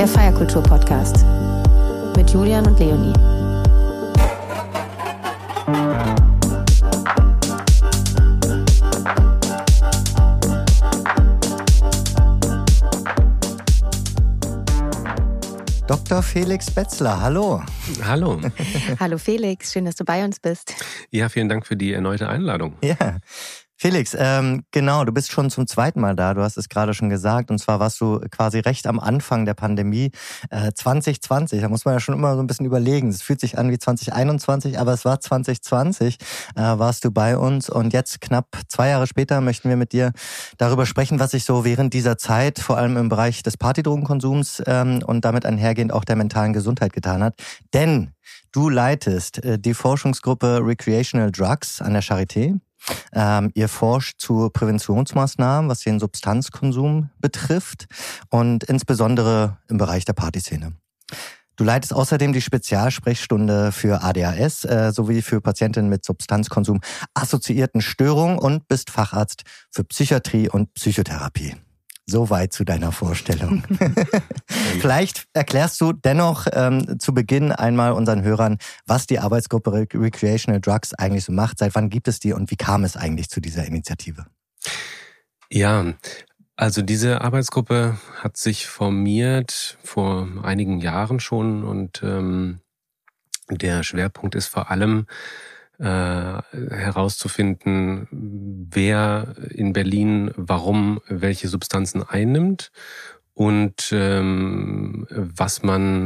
der Feierkultur-Podcast mit Julian und Leonie. Dr. Felix Betzler, hallo. Hallo. Hallo Felix, schön, dass du bei uns bist. Ja, vielen Dank für die erneute Einladung. Ja, Felix, genau, du bist schon zum zweiten Mal da, du hast es gerade schon gesagt, und zwar warst du quasi recht am Anfang der Pandemie 2020, da muss man ja schon immer so ein bisschen überlegen, es fühlt sich an wie 2021, aber es war 2020, warst du bei uns, und jetzt knapp 2 Jahre später möchten wir mit dir darüber sprechen, was sich so während dieser Zeit, vor allem im Bereich des Partydrogenkonsums und damit einhergehend auch der mentalen Gesundheit getan hat, denn du leitest die Forschungsgruppe Recreational Drugs an der Charité. Ihr forscht zu Präventionsmaßnahmen, was den Substanzkonsum betrifft und insbesondere im Bereich der Partyszene. Du leitest außerdem die Spezialsprechstunde für ADHS sowie für Patientinnen mit Substanzkonsum assoziierten Störungen und bist Facharzt für Psychiatrie und Psychotherapie. Soweit zu deiner Vorstellung. Vielleicht erklärst du dennoch zu Beginn einmal unseren Hörern, was die Arbeitsgruppe Recreational Drugs eigentlich so macht. Seit wann gibt es die und wie kam es eigentlich zu dieser Initiative? Ja, also diese Arbeitsgruppe hat sich formiert vor einigen Jahren schon, und der Schwerpunkt ist vor allem herauszufinden, wer in Berlin warum welche Substanzen einnimmt und wie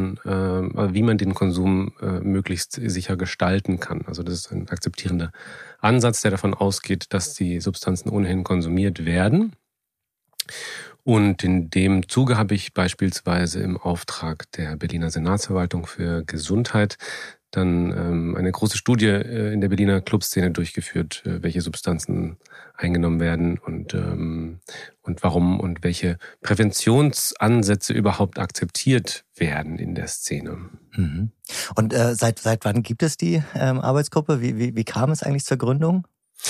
man den Konsum möglichst sicher gestalten kann. Also das ist ein akzeptierender Ansatz, der davon ausgeht, dass die Substanzen ohnehin konsumiert werden. Und in dem Zuge habe ich beispielsweise im Auftrag der Berliner Senatsverwaltung für Gesundheit dann eine große Studie in der Berliner Clubszene durchgeführt, welche Substanzen eingenommen werden und warum und welche Präventionsansätze überhaupt akzeptiert werden in der Szene. Mhm. Und seit wann gibt es die Arbeitsgruppe? Wie kam es eigentlich zur Gründung?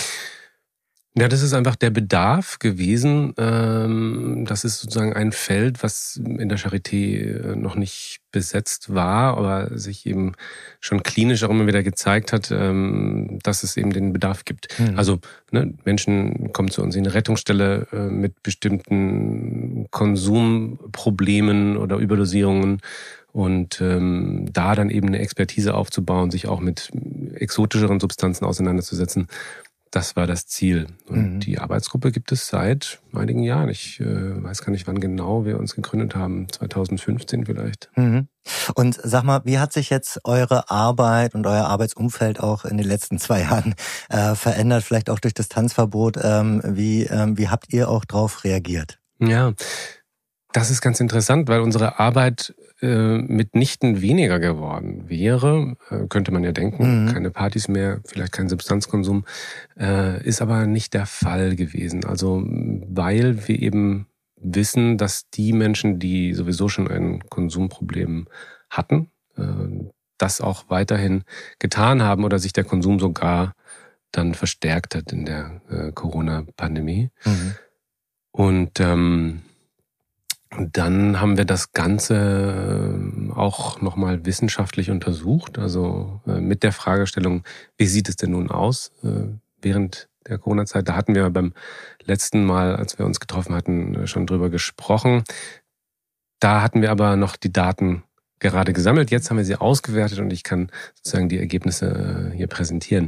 Ja, das ist einfach der Bedarf gewesen. Das ist sozusagen ein Feld, was in der Charité noch nicht besetzt war, aber sich eben schon klinisch auch immer wieder gezeigt hat, dass es eben den Bedarf gibt. Mhm. Also Menschen kommen zu uns in eine Rettungsstelle mit bestimmten Konsumproblemen oder Überdosierungen. Und da dann eben eine Expertise aufzubauen, sich auch mit exotischeren Substanzen auseinanderzusetzen, das war das Ziel. Und die Arbeitsgruppe gibt es seit einigen Jahren. Ich weiß gar nicht, wann genau wir uns gegründet haben. 2015 vielleicht. Mhm. Und sag mal, wie hat sich jetzt eure Arbeit und euer Arbeitsumfeld auch in den letzten 2 Jahren verändert? Vielleicht auch durch das Tanzverbot. Wie habt ihr auch drauf reagiert? Ja, das ist ganz interessant, weil unsere Arbeit mitnichten weniger geworden wäre, könnte man ja denken, keine Partys mehr, vielleicht kein Substanzkonsum, ist aber nicht der Fall gewesen. Also weil wir eben wissen, dass die Menschen, die sowieso schon ein Konsumproblem hatten, das auch weiterhin getan haben oder sich der Konsum sogar dann verstärkt hat in der Corona-Pandemie. Und dann haben wir das Ganze auch nochmal wissenschaftlich untersucht, also mit der Fragestellung, wie sieht es denn nun aus während der Corona-Zeit? Da hatten wir beim letzten Mal, als wir uns getroffen hatten, schon drüber gesprochen. Da hatten wir aber noch die Daten gerade gesammelt. Jetzt haben wir sie ausgewertet und ich kann sozusagen die Ergebnisse hier präsentieren.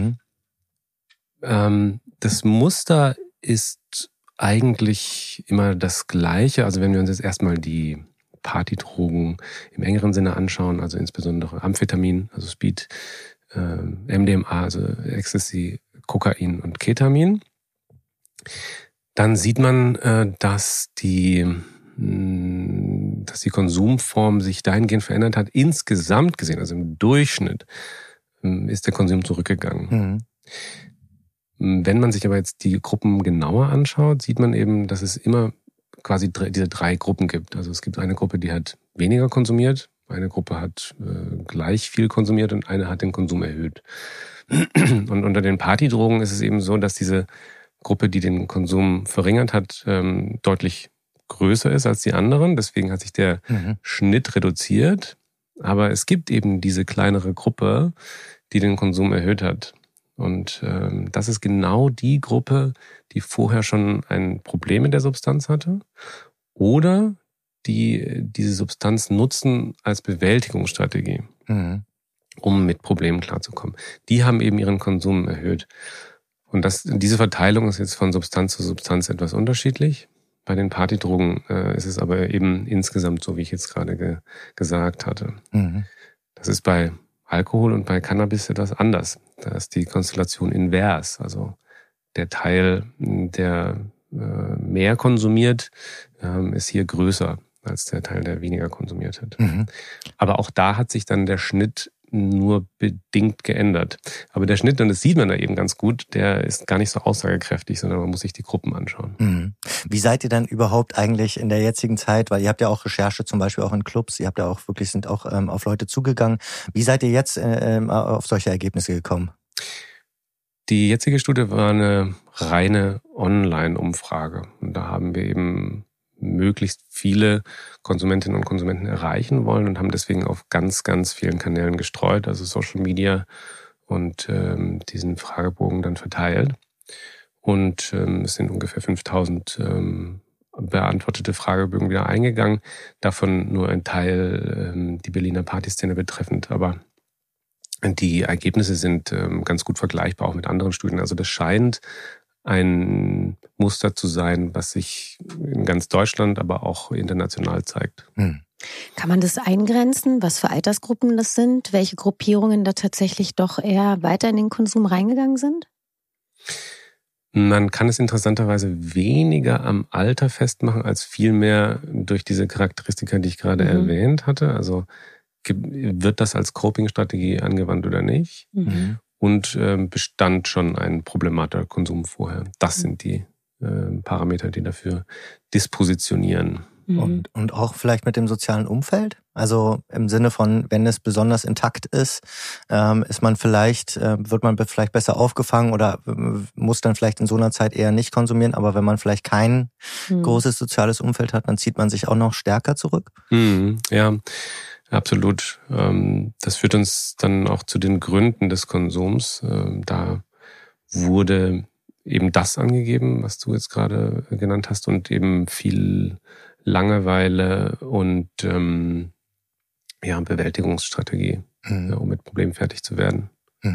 Das Muster ist eigentlich immer das Gleiche. Also wenn wir uns jetzt erstmal die Partydrogen im engeren Sinne anschauen, also insbesondere Amphetamin, also Speed, MDMA, also Ecstasy, Kokain und Ketamin, dann sieht man, dass die Konsumform sich dahingehend verändert hat. Insgesamt gesehen, also im Durchschnitt, ist der Konsum zurückgegangen. Wenn man sich aber jetzt die Gruppen genauer anschaut, sieht man eben, dass es immer quasi diese 3 Gruppen gibt. Also es gibt eine Gruppe, die hat weniger konsumiert, eine Gruppe hat gleich viel konsumiert und eine hat den Konsum erhöht. Und unter den Partydrogen ist es eben so, dass diese Gruppe, die den Konsum verringert hat, deutlich größer ist als die anderen. Deswegen hat sich der Schnitt reduziert. Aber es gibt eben diese kleinere Gruppe, die den Konsum erhöht hat. Und das ist genau die Gruppe, die vorher schon ein Problem mit der Substanz hatte oder die diese Substanz nutzen als Bewältigungsstrategie, um mit Problemen klarzukommen. Die haben eben ihren Konsum erhöht. Und diese Verteilung ist jetzt von Substanz zu Substanz etwas unterschiedlich. Bei den Partydrogen ist es aber eben insgesamt so, wie ich jetzt gerade gesagt hatte. Das ist bei Alkohol und bei Cannabis etwas anders. Da ist die Konstellation invers. Also der Teil, der mehr konsumiert, ist hier größer als der Teil, der weniger konsumiert hat. Aber auch da hat sich dann der Schnitt nur bedingt geändert. Aber der Schnitt, und das sieht man da eben ganz gut, der ist gar nicht so aussagekräftig, sondern man muss sich die Gruppen anschauen. Wie seid ihr denn überhaupt eigentlich in der jetzigen Zeit, weil ihr habt ja auch Recherche zum Beispiel auch in Clubs, ihr habt ja auch wirklich, sind auch auf Leute zugegangen. Wie seid ihr jetzt auf solche Ergebnisse gekommen? Die jetzige Studie war eine reine Online-Umfrage. Und da haben wir eben möglichst viele Konsumentinnen und Konsumenten erreichen wollen und haben deswegen auf ganz, ganz vielen Kanälen gestreut, also Social Media, und diesen Fragebogen dann verteilt. Und es sind ungefähr 5000 beantwortete Fragebögen wieder eingegangen, davon nur ein Teil die Berliner Partyszene betreffend, aber die Ergebnisse sind ganz gut vergleichbar auch mit anderen Studien. Also das scheint ein Muster zu sein, was sich in ganz Deutschland, aber auch international zeigt. Kann man das eingrenzen, was für Altersgruppen das sind? Welche Gruppierungen da tatsächlich doch eher weiter in den Konsum reingegangen sind? Man kann es interessanterweise weniger am Alter festmachen, als vielmehr durch diese Charakteristika, die ich gerade erwähnt hatte. Also wird das als Coping-Strategie angewandt oder nicht? Und bestand schon ein problematischer Konsum vorher. Das sind die Parameter, die dafür dispositionieren. Und auch vielleicht mit dem sozialen Umfeld? Also im Sinne von, wenn es besonders intakt ist, wird man vielleicht besser aufgefangen oder muss dann vielleicht in so einer Zeit eher nicht konsumieren. Aber wenn man vielleicht kein großes soziales Umfeld hat, dann zieht man sich auch noch stärker zurück. Ja, absolut. Das führt uns dann auch zu den Gründen des Konsums. Da wurde eben das angegeben, was du jetzt gerade genannt hast, und eben viel Langeweile und Bewältigungsstrategie, um mit Problemen fertig zu werden.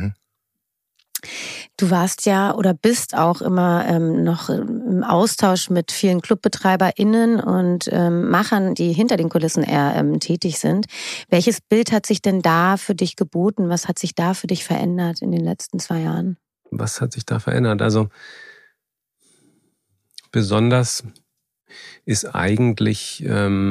Du warst ja oder bist auch immer noch im Austausch mit vielen ClubbetreiberInnen und Machern, die hinter den Kulissen eher tätig sind. Welches Bild hat sich denn da für dich geboten? Was hat sich da für dich verändert in den letzten 2 Jahren? Was hat sich da verändert? Also besonders ist eigentlich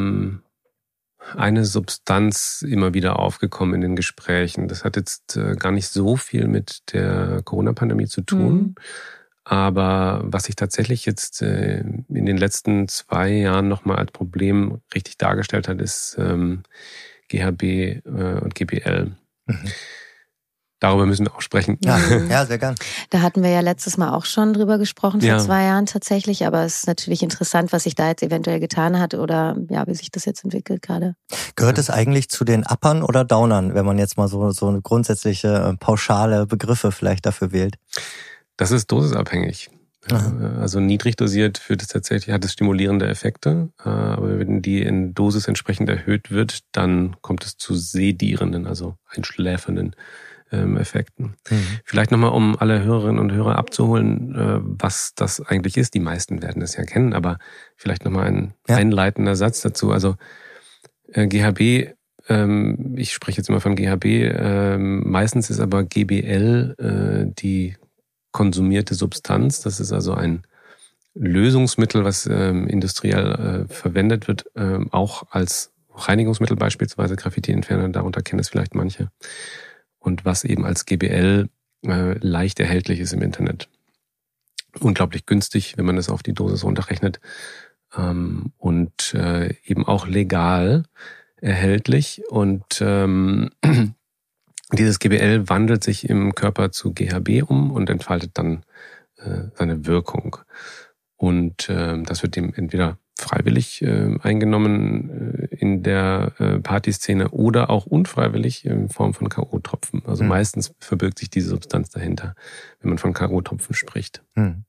eine Substanz immer wieder aufgekommen in den Gesprächen. Das hat jetzt gar nicht so viel mit der Corona-Pandemie zu tun. Aber was sich tatsächlich jetzt in den letzten 2 Jahren nochmal als Problem richtig dargestellt hat, ist GHB und GBL. Darüber müssen wir auch sprechen. Ja, sehr gern. Da hatten wir ja letztes Mal auch schon drüber gesprochen, vor 2 Jahren tatsächlich. Aber es ist natürlich interessant, was sich da jetzt eventuell getan hat oder wie sich das jetzt entwickelt gerade. Gehört es eigentlich zu den Uppern oder Downern, wenn man jetzt mal so eine grundsätzliche, pauschale Begriffe vielleicht dafür wählt? Das ist dosisabhängig. Also niedrig dosiert hat es stimulierende Effekte. Aber wenn die in Dosis entsprechend erhöht wird, dann kommt es zu sedierenden, also einschläfernden Effekten. Vielleicht nochmal, um alle Hörerinnen und Hörer abzuholen, was das eigentlich ist. Die meisten werden es ja kennen, aber vielleicht nochmal ein einleitender Satz dazu. Also GHB, ich spreche jetzt immer von GHB, meistens ist aber GBL die konsumierte Substanz. Das ist also ein Lösungsmittel, was industriell verwendet wird, auch als Reinigungsmittel beispielsweise, Graffiti-Entferner, darunter kennen es vielleicht manche. Und was eben als GBL leicht erhältlich ist im Internet. Unglaublich günstig, wenn man das auf die Dosis runterrechnet. Und eben auch legal erhältlich. Und dieses GBL wandelt sich im Körper zu GHB um und entfaltet dann seine Wirkung. Und das wird ihm entweder freiwillig eingenommen in der Partyszene oder auch unfreiwillig in Form von K.O.-Tropfen. Also meistens verbirgt sich diese Substanz dahinter, wenn man von K.O.-Tropfen spricht.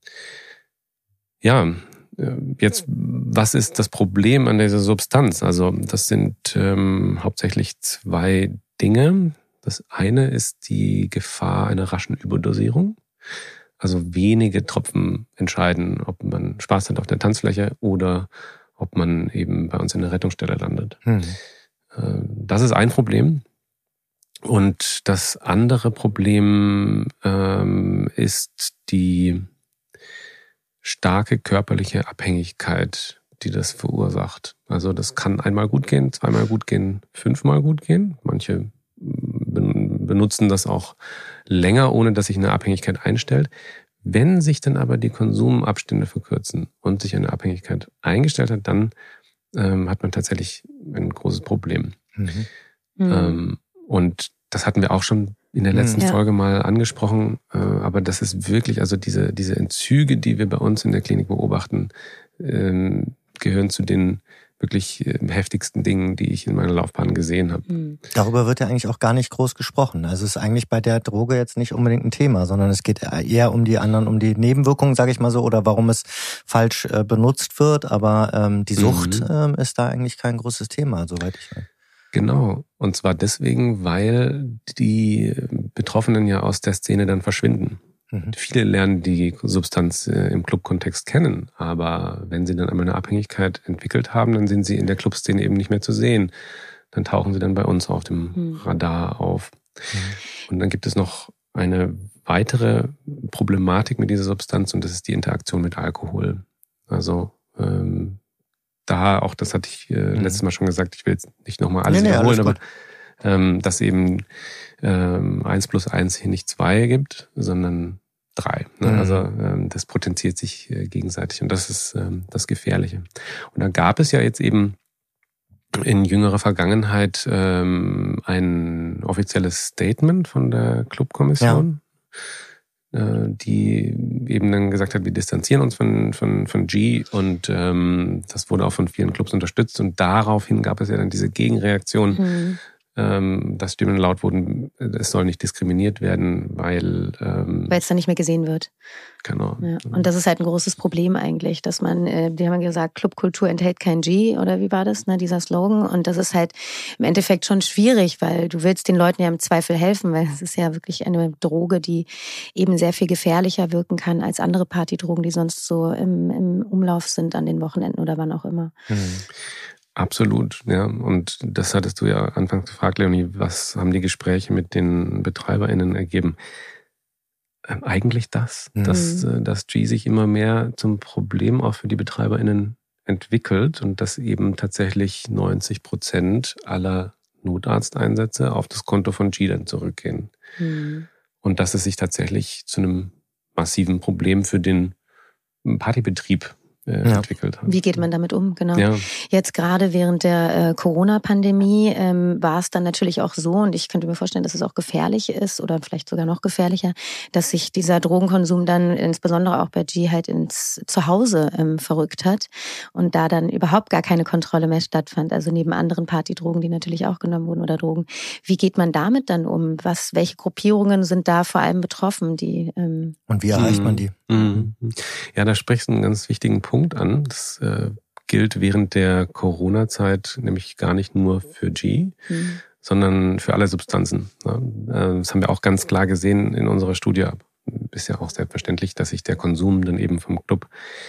Ja, jetzt, was ist das Problem an dieser Substanz? Also das sind hauptsächlich zwei Dinge. Das eine ist die Gefahr einer raschen Überdosierung. Also wenige Tropfen entscheiden, ob man Spaß hat auf der Tanzfläche oder ob man eben bei uns in der Rettungsstelle landet. Das ist ein Problem. Und das andere Problem ist die starke körperliche Abhängigkeit, die das verursacht. Also das kann einmal gut gehen, zweimal gut gehen, 5-mal gut gehen. Manche benutzen das auch länger, ohne dass sich eine Abhängigkeit einstellt. Wenn sich dann aber die Konsumabstände verkürzen und sich eine Abhängigkeit eingestellt hat, dann hat man tatsächlich ein großes Problem. Und das hatten wir auch schon in der letzten Folge mal angesprochen. Aber das ist wirklich, also diese Entzüge, die wir bei uns in der Klinik beobachten, gehören zu den wirklich heftigsten Dingen, die ich in meiner Laufbahn gesehen habe. Darüber wird ja eigentlich auch gar nicht groß gesprochen. Also es ist eigentlich bei der Droge jetzt nicht unbedingt ein Thema, sondern es geht eher um die Nebenwirkungen, sage ich mal so, oder warum es falsch benutzt wird. Aber die Sucht ist da eigentlich kein großes Thema, soweit ich weiß. Genau. Und zwar deswegen, weil die Betroffenen ja aus der Szene dann verschwinden. Viele lernen die Substanz im Clubkontext kennen, aber wenn sie dann einmal eine Abhängigkeit entwickelt haben, dann sind sie in der Clubszene eben nicht mehr zu sehen. Dann tauchen sie dann bei uns auf dem Radar auf. Und dann gibt es noch eine weitere Problematik mit dieser Substanz und das ist die Interaktion mit Alkohol. Also auch das hatte ich letztes Mal schon gesagt, ich will jetzt nicht nochmal alles wiederholen, aber dass eben 1 + 1 hier nicht 2 gibt, sondern 3. Ne? Also das potenziert sich gegenseitig und das ist das Gefährliche. Und da gab es ja jetzt eben in jüngerer Vergangenheit ein offizielles Statement von der Clubkommission, die eben dann gesagt hat, wir distanzieren uns von G und das wurde auch von vielen Clubs unterstützt und daraufhin gab es ja dann diese Gegenreaktion, dass Stimmen laut wurden, es soll nicht diskriminiert werden, weil es dann nicht mehr gesehen wird. Genau. Ja. Und das ist halt ein großes Problem eigentlich, dass man, die haben gesagt, Clubkultur enthält kein G, oder wie war das, ne, dieser Slogan? Und das ist halt im Endeffekt schon schwierig, weil du willst den Leuten ja im Zweifel helfen, weil es ist ja wirklich eine Droge, die eben sehr viel gefährlicher wirken kann als andere Partydrogen, die sonst so im Umlauf sind an den Wochenenden oder wann auch immer. Absolut, ja. Und das hattest du ja anfangs gefragt, Leonie, was haben die Gespräche mit den BetreiberInnen ergeben? Eigentlich dass G sich immer mehr zum Problem auch für die BetreiberInnen entwickelt und dass eben tatsächlich 90% aller Notarzteinsätze auf das Konto von G dann zurückgehen. Und dass es sich tatsächlich zu einem massiven Problem für den Partybetrieb entwickelt hat. Wie geht man damit um? Genau. Ja. Jetzt gerade während der Corona-Pandemie war es dann natürlich auch so, und ich könnte mir vorstellen, dass es auch gefährlich ist oder vielleicht sogar noch gefährlicher, dass sich dieser Drogenkonsum dann insbesondere auch bei G halt ins Zuhause verrückt hat und da dann überhaupt gar keine Kontrolle mehr stattfand, also neben anderen Partydrogen, die natürlich auch genommen wurden oder Drogen. Wie geht man damit dann um? Welche Gruppierungen sind da vor allem betroffen? Und wie erreicht man die? Ja, da sprichst du einen ganz wichtigen Punkt an. Das gilt während der Corona-Zeit nämlich gar nicht nur für G, sondern für alle Substanzen. Das haben wir auch ganz klar gesehen in unserer Studie. Ist ja auch selbstverständlich, dass sich der Konsum dann eben vom Club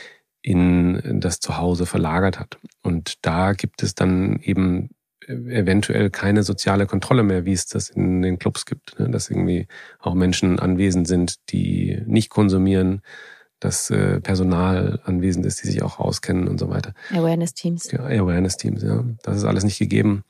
in das Zuhause verlagert hat. Und da gibt es dann eben eventuell keine soziale Kontrolle mehr, wie es das in den Clubs gibt. Dass irgendwie auch Menschen anwesend sind, die nicht konsumieren, dass Personal anwesend ist, die sich auch auskennen und so weiter. Awareness-Teams. Ja, Awareness-Teams, ja. Das ist alles nicht gegeben.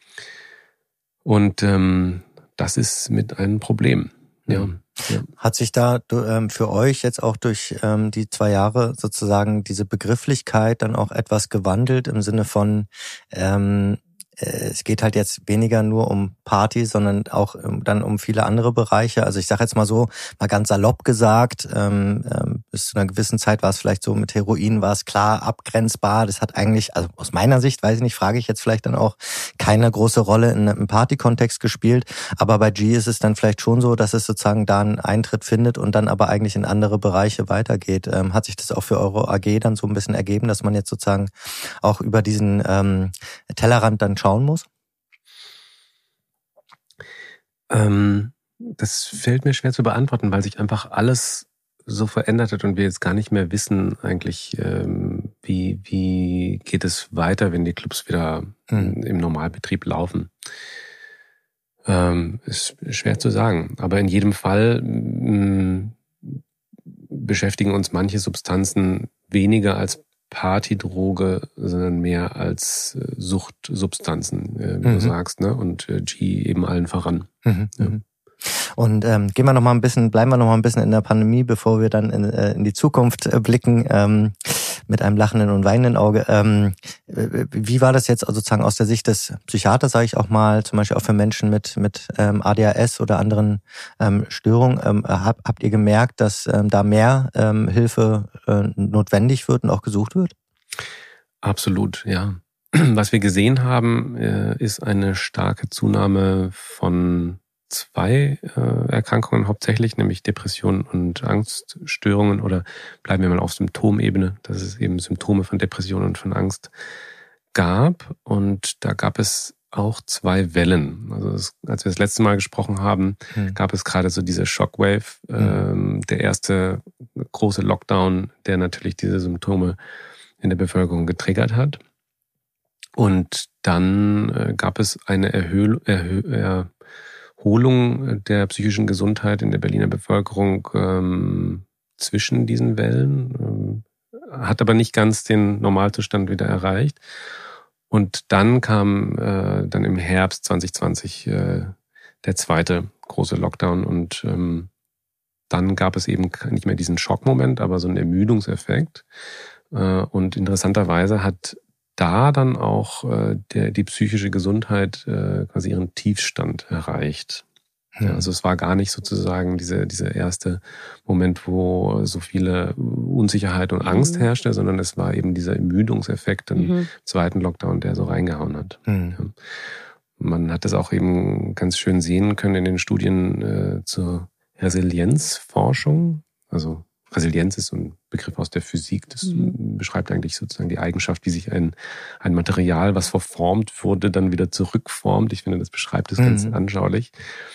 Und das ist mit einem Problem. Ja. Hat sich da für euch jetzt auch durch die 2 Jahre sozusagen diese Begrifflichkeit dann auch etwas gewandelt im Sinne von es geht halt jetzt weniger nur um Party, sondern auch dann um viele andere Bereiche. Also ich sage jetzt mal so, mal ganz salopp gesagt, bis zu einer gewissen Zeit war es vielleicht so, mit Heroin war es klar abgrenzbar. Das hat eigentlich, also aus meiner Sicht, weiß ich nicht, frage ich jetzt vielleicht dann auch, keine große Rolle in einem Party-Kontext gespielt. Aber bei G ist es dann vielleicht schon so, dass es sozusagen da einen Eintritt findet und dann aber eigentlich in andere Bereiche weitergeht. Hat sich das auch für eure AG dann so ein bisschen ergeben, dass man jetzt sozusagen auch über diesen Tellerrand dann schauen muss? Das fällt mir schwer zu beantworten, weil sich einfach alles so verändert hat und wir jetzt gar nicht mehr wissen eigentlich, wie geht es weiter, wenn die Clubs wieder im Normalbetrieb laufen. Ist schwer zu sagen. Aber in jedem Fall beschäftigen uns manche Substanzen weniger als Partydroge, sondern mehr als Suchtsubstanzen, wie du sagst, ne? Und G eben allen voran. Ja. Und bleiben wir noch mal ein bisschen in der Pandemie, bevor wir dann in die Zukunft blicken, mit einem lachenden und weinenden Auge. Wie war das jetzt sozusagen aus der Sicht des Psychiaters, sage ich auch mal, zum Beispiel auch für Menschen mit ADHS oder anderen Störungen? Habt ihr gemerkt, dass da mehr Hilfe notwendig wird und auch gesucht wird? Absolut, ja. Was wir gesehen haben, ist eine starke Zunahme von 2 Erkrankungen hauptsächlich, nämlich Depressionen und Angststörungen, oder bleiben wir mal auf Symptomebene, dass es eben Symptome von Depressionen und von Angst gab. Und da gab es auch 2 Wellen. Also als wir das letzte Mal gesprochen haben, gab es gerade so diese Shockwave, der erste große Lockdown, der natürlich diese Symptome in der Bevölkerung getriggert hat. Und dann gab es eine Erholung der psychischen Gesundheit in der Berliner Bevölkerung zwischen diesen Wellen, hat aber nicht ganz den Normalzustand wieder erreicht. Und dann kam dann im Herbst 2020 der zweite große Lockdown und dann gab es eben nicht mehr diesen Schockmoment, aber so einen Ermüdungseffekt. Und interessanterweise hat da dann auch die psychische Gesundheit quasi ihren Tiefstand erreicht. Ja, also es war gar nicht sozusagen dieser erste Moment, wo so viele Unsicherheit und Angst herrschte, sondern es war eben dieser Ermüdungseffekt im zweiten Lockdown, der so reingehauen hat. Ja. Man hat das auch eben ganz schön sehen können in den Studien zur Resilienzforschung. Also Resilienz ist so ein Begriff aus der Physik. Das beschreibt eigentlich sozusagen die Eigenschaft, wie sich ein Material, was verformt wurde, dann wieder zurückformt. Ich finde, das beschreibt es ganz anschaulich.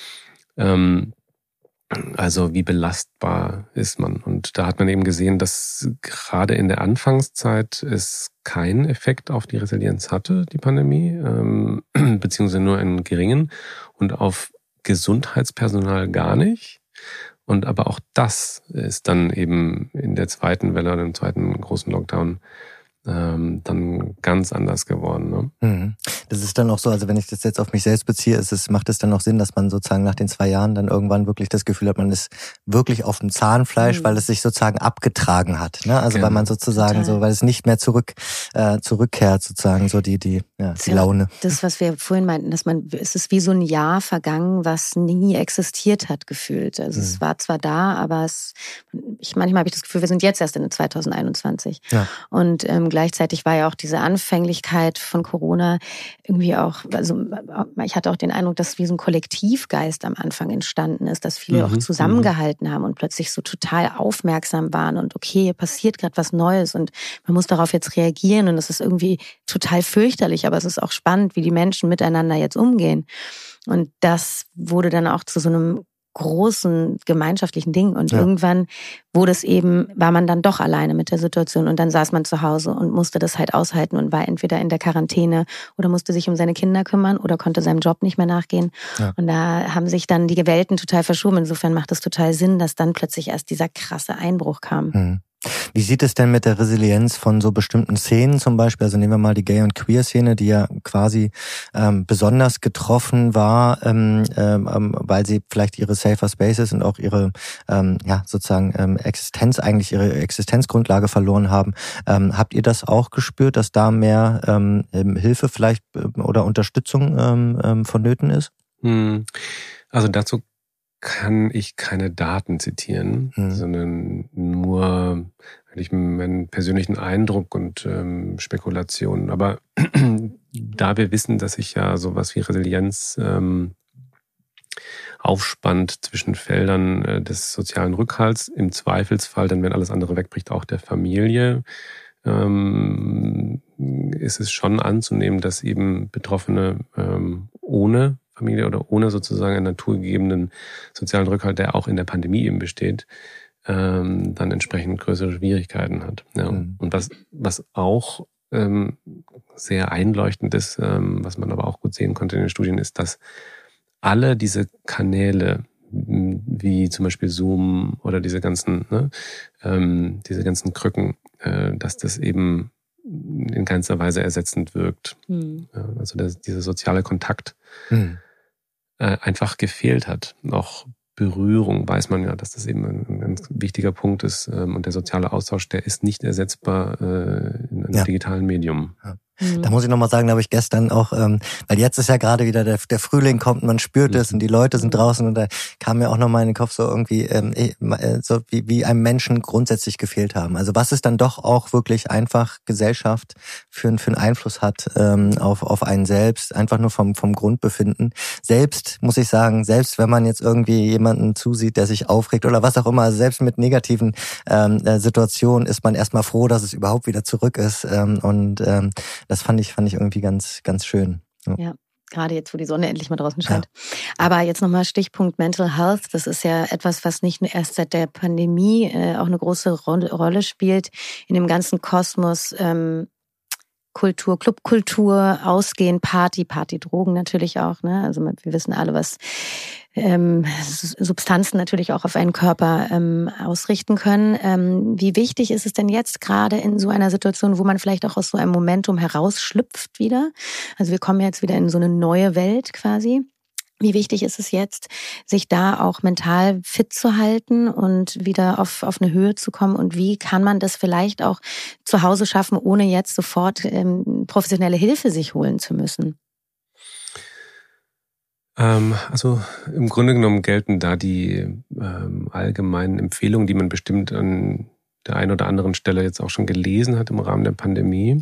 Also wie belastbar ist man. Und da hat man eben gesehen, dass gerade in der Anfangszeit es keinen Effekt auf die Resilienz hatte, die Pandemie, beziehungsweise nur einen geringen, und auf Gesundheitspersonal gar nicht. Und aber auch das ist dann eben in der zweiten Welle oder im zweiten großen Lockdown dann ganz anders geworden. Ne? Das ist dann auch so, also wenn ich das jetzt auf mich selbst beziehe, macht es dann auch Sinn, dass man sozusagen nach den 2 Jahren dann irgendwann wirklich das Gefühl hat, man ist wirklich auf dem Zahnfleisch, weil es sich sozusagen abgetragen hat. Ne? Also weil man sozusagen so, weil es nicht mehr zurückkehrt, sozusagen so die Laune. Das, was wir vorhin meinten, es ist wie so ein Jahr vergangen, was nie existiert hat, gefühlt. Also es war zwar da, aber manchmal habe ich das Gefühl, wir sind jetzt erst in 2021. Ja. Und gleichzeitig war ja auch diese Anfänglichkeit von Corona irgendwie auch, also ich hatte auch den Eindruck, dass wie so ein Kollektivgeist am Anfang entstanden ist, dass viele auch zusammengehalten haben und plötzlich so total aufmerksam waren und okay, hier passiert gerade was Neues und man muss darauf jetzt reagieren und es ist irgendwie total fürchterlich, aber es ist auch spannend, wie die Menschen miteinander jetzt umgehen. Und das wurde dann auch zu so einem großen gemeinschaftlichen Ding und irgendwann war man dann doch alleine mit der Situation und dann saß man zu Hause und musste das halt aushalten und war entweder in der Quarantäne oder musste sich um seine Kinder kümmern oder konnte seinem Job nicht mehr nachgehen. Ja. Und da haben sich dann die Welten total verschoben. Insofern macht es total Sinn, dass dann plötzlich erst dieser krasse Einbruch kam. Wie sieht es denn mit der Resilienz von so bestimmten Szenen zum Beispiel? Also nehmen wir mal die Gay- und Queer-Szene, die ja quasi besonders getroffen war, weil sie vielleicht ihre Safer Spaces und auch ihre ihre Existenzgrundlage verloren haben. Habt ihr das auch gespürt, dass da mehr Hilfe vielleicht oder Unterstützung vonnöten ist? Also dazu kann ich keine Daten zitieren, sondern nur eigentlich meinen persönlichen Eindruck und Spekulationen. Aber da wir wissen, dass sich ja sowas wie Resilienz aufspannt zwischen Feldern des sozialen Rückhalts, im Zweifelsfall, dann wenn alles andere wegbricht, auch der Familie, ist es schon anzunehmen, dass eben Betroffene ohne Familie oder ohne sozusagen einen naturgegebenen sozialen Rückhalt, der auch in der Pandemie eben besteht, dann entsprechend größere Schwierigkeiten hat. Ja. Und was auch sehr einleuchtend ist, was man aber auch gut sehen konnte in den Studien, ist, dass alle diese Kanäle, wie zum Beispiel Zoom oder diese ganzen Krücken, dass das eben in keinster Weise ersetzend wirkt. Also dieser soziale Kontakt einfach gefehlt hat. Auch Berührung weiß man ja, dass das eben ein ganz wichtiger Punkt ist. Und der soziale Austausch, der ist nicht ersetzbar in einem digitalen Medium. Ja. Da muss ich nochmal sagen, da habe ich gestern auch, weil jetzt ist ja gerade wieder der Frühling kommt, man spürt es und die Leute sind draußen und da kam mir auch nochmal in den Kopf so irgendwie, so wie einem Menschen grundsätzlich gefehlt haben. Also was es dann doch auch wirklich einfach Gesellschaft für einen Einfluss hat auf einen selbst, einfach nur vom Grundbefinden. Selbst, muss ich sagen, selbst wenn man jetzt irgendwie jemanden zusieht, der sich aufregt oder was auch immer, also selbst mit negativen Situationen ist man erstmal froh, dass es überhaupt wieder zurück ist das fand ich irgendwie ganz, ganz schön. Ja, gerade jetzt, wo die Sonne endlich mal draußen scheint. Ja. Aber jetzt nochmal Stichpunkt Mental Health. Das ist ja etwas, was nicht nur erst seit der Pandemie auch eine große Rolle spielt in dem ganzen Kosmos Kultur, Clubkultur, Ausgehen, Party, Drogen natürlich auch. Ne? Also wir wissen alle, was Substanzen natürlich auch auf einen Körper ausrichten können. Wie wichtig ist es denn jetzt gerade in so einer Situation, wo man vielleicht auch aus so einem Momentum herausschlüpft wieder? Also wir kommen jetzt wieder in so eine neue Welt quasi. Wie wichtig ist es jetzt, sich da auch mental fit zu halten und wieder auf eine Höhe zu kommen? Und wie kann man das vielleicht auch zu Hause schaffen, ohne jetzt sofort professionelle Hilfe sich holen zu müssen? Also im Grunde genommen gelten da die allgemeinen Empfehlungen, die man bestimmt an der einen oder anderen Stelle jetzt auch schon gelesen hat im Rahmen der Pandemie.